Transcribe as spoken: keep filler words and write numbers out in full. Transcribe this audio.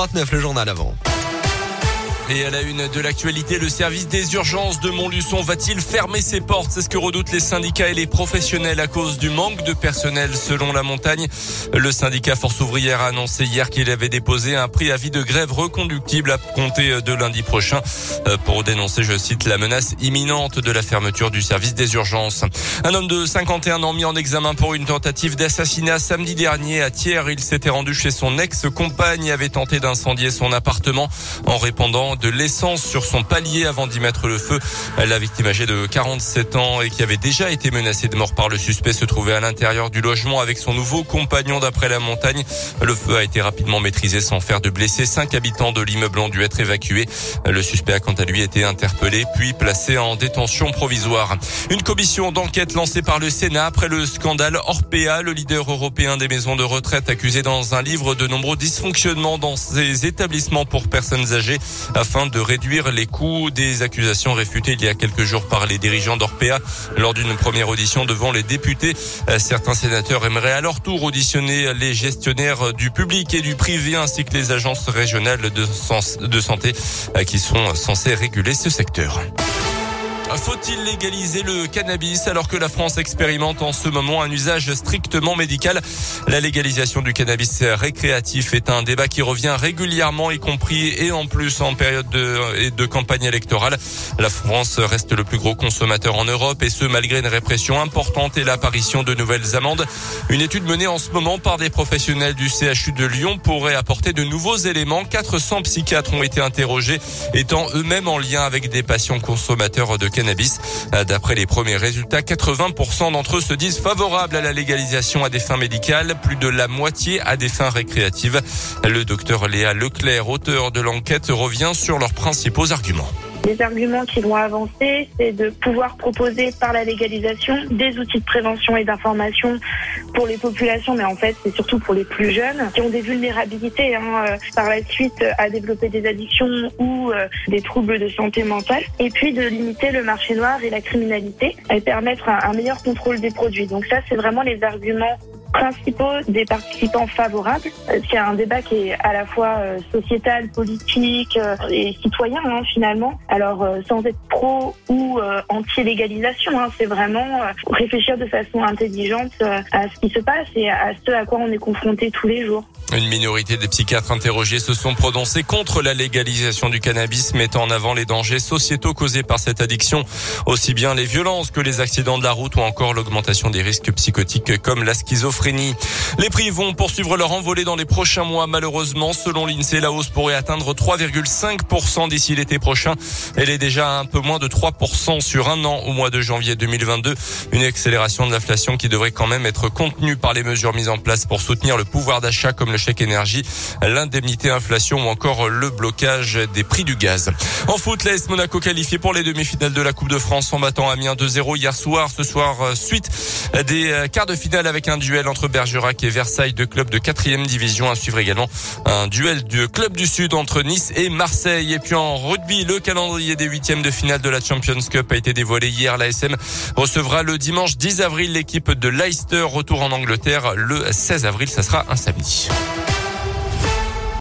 vingt-neuf, le journal avant. Et à la une de l'actualité, le service des urgences de Montluçon va-t-il fermer ses portes? C'est ce que redoutent les syndicats et les professionnels à cause du manque de personnel selon la montagne. Le syndicat Force ouvrière a annoncé hier qu'il avait déposé un préavis de grève reconductible à compter de lundi prochain pour dénoncer, je cite, la menace imminente de la fermeture du service des urgences. Un homme de cinquante et un ans mis en examen pour une tentative d'assassinat samedi dernier à Thiers. Il s'était rendu chez son ex-compagne et avait tenté d'incendier son appartement en répandant de l'essence sur son palier avant d'y mettre le feu. La victime âgée de quarante-sept ans et qui avait déjà été menacée de mort par le suspect se trouvait à l'intérieur du logement avec son nouveau compagnon d'après la montagne. Le feu a été rapidement maîtrisé sans faire de blessés. Cinq habitants de l'immeuble ont dû être évacués. Le suspect a quant à lui été interpellé puis placé en détention provisoire. Une commission d'enquête lancée par le Sénat après le scandale Orpea, le leader européen des maisons de retraite accusé dans un livre de nombreux dysfonctionnements dans ces établissements pour personnes âgées afin de réduire les coûts. Des accusations réfutées il y a quelques jours par les dirigeants d'Orpea lors d'une première audition devant les députés. Certains sénateurs aimeraient à leur tour auditionner les gestionnaires du public et du privé ainsi que les agences régionales de, sens, de santé qui sont censées réguler ce secteur. Faut-il légaliser le cannabis alors que la France expérimente en ce moment un usage strictement médical? La légalisation du cannabis récréatif est un débat qui revient régulièrement, y compris et en plus en période de, de campagne électorale. La France reste le plus gros consommateur en Europe et ce malgré une répression importante et l'apparition de nouvelles amendes. Une étude menée en ce moment par des professionnels du C H U de Lyon pourrait apporter de nouveaux éléments. quatre cents psychiatres ont été interrogés, étant eux-mêmes en lien avec des patients consommateurs de cannabis. D'après les premiers résultats, quatre-vingts pour cent d'entre eux se disent favorables à la légalisation à des fins médicales, plus de la moitié à des fins récréatives. Le docteur Léa Leclerc, auteur de l'enquête, revient sur leurs principaux arguments. Les arguments qui vont avancer, c'est de pouvoir proposer par la légalisation des outils de prévention et d'information pour les populations, mais en fait c'est surtout pour les plus jeunes qui ont des vulnérabilités hein, euh, par la suite à développer des addictions ou euh, des troubles de santé mentale, et puis de limiter le marché noir et la criminalité et permettre un, un meilleur contrôle des produits. Donc ça c'est vraiment les arguments principaux des participants favorables. C'est un débat qui est à la fois euh, sociétal, politique euh, et citoyen hein, finalement. Alors euh, sans être pro ou euh, anti-légalisation, hein, c'est vraiment euh, réfléchir de façon intelligente euh, à ce qui se passe et à ce à quoi on est confronté tous les jours. Une minorité des psychiatres interrogés se sont prononcés contre la légalisation du cannabis, mettant en avant les dangers sociétaux causés par cette addiction, aussi bien les violences que les accidents de la route ou encore l'augmentation des risques psychotiques comme la schizophrénie. Les prix vont poursuivre leur envolée dans les prochains mois. Malheureusement, selon l'INSEE, la hausse pourrait atteindre trois virgule cinq pour cent d'ici l'été prochain. Elle est déjà à un peu moins de trois pour cent sur un an au mois de janvier deux mille vingt-deux. Une accélération de l'inflation qui devrait quand même être contenue par les mesures mises en place pour soutenir le pouvoir d'achat comme le chèque énergie, l'indemnité inflation ou encore le blocage des prix du gaz. En foot, l'A S Monaco qualifié pour les demi-finales de la Coupe de France en battant Amiens deux zéro hier soir. Ce soir, suite des quarts de finale avec un duel entre Bergerac et Versailles, deux clubs de quatrième division. À suivre également un duel du club du Sud entre Nice et Marseille. Et puis en rugby, le calendrier des huitièmes de finale de la Champions Cup a été dévoilé hier. L'A S M recevra le dimanche dix avril l'équipe de Leicester. Retour en Angleterre le seize avril, ça sera un samedi.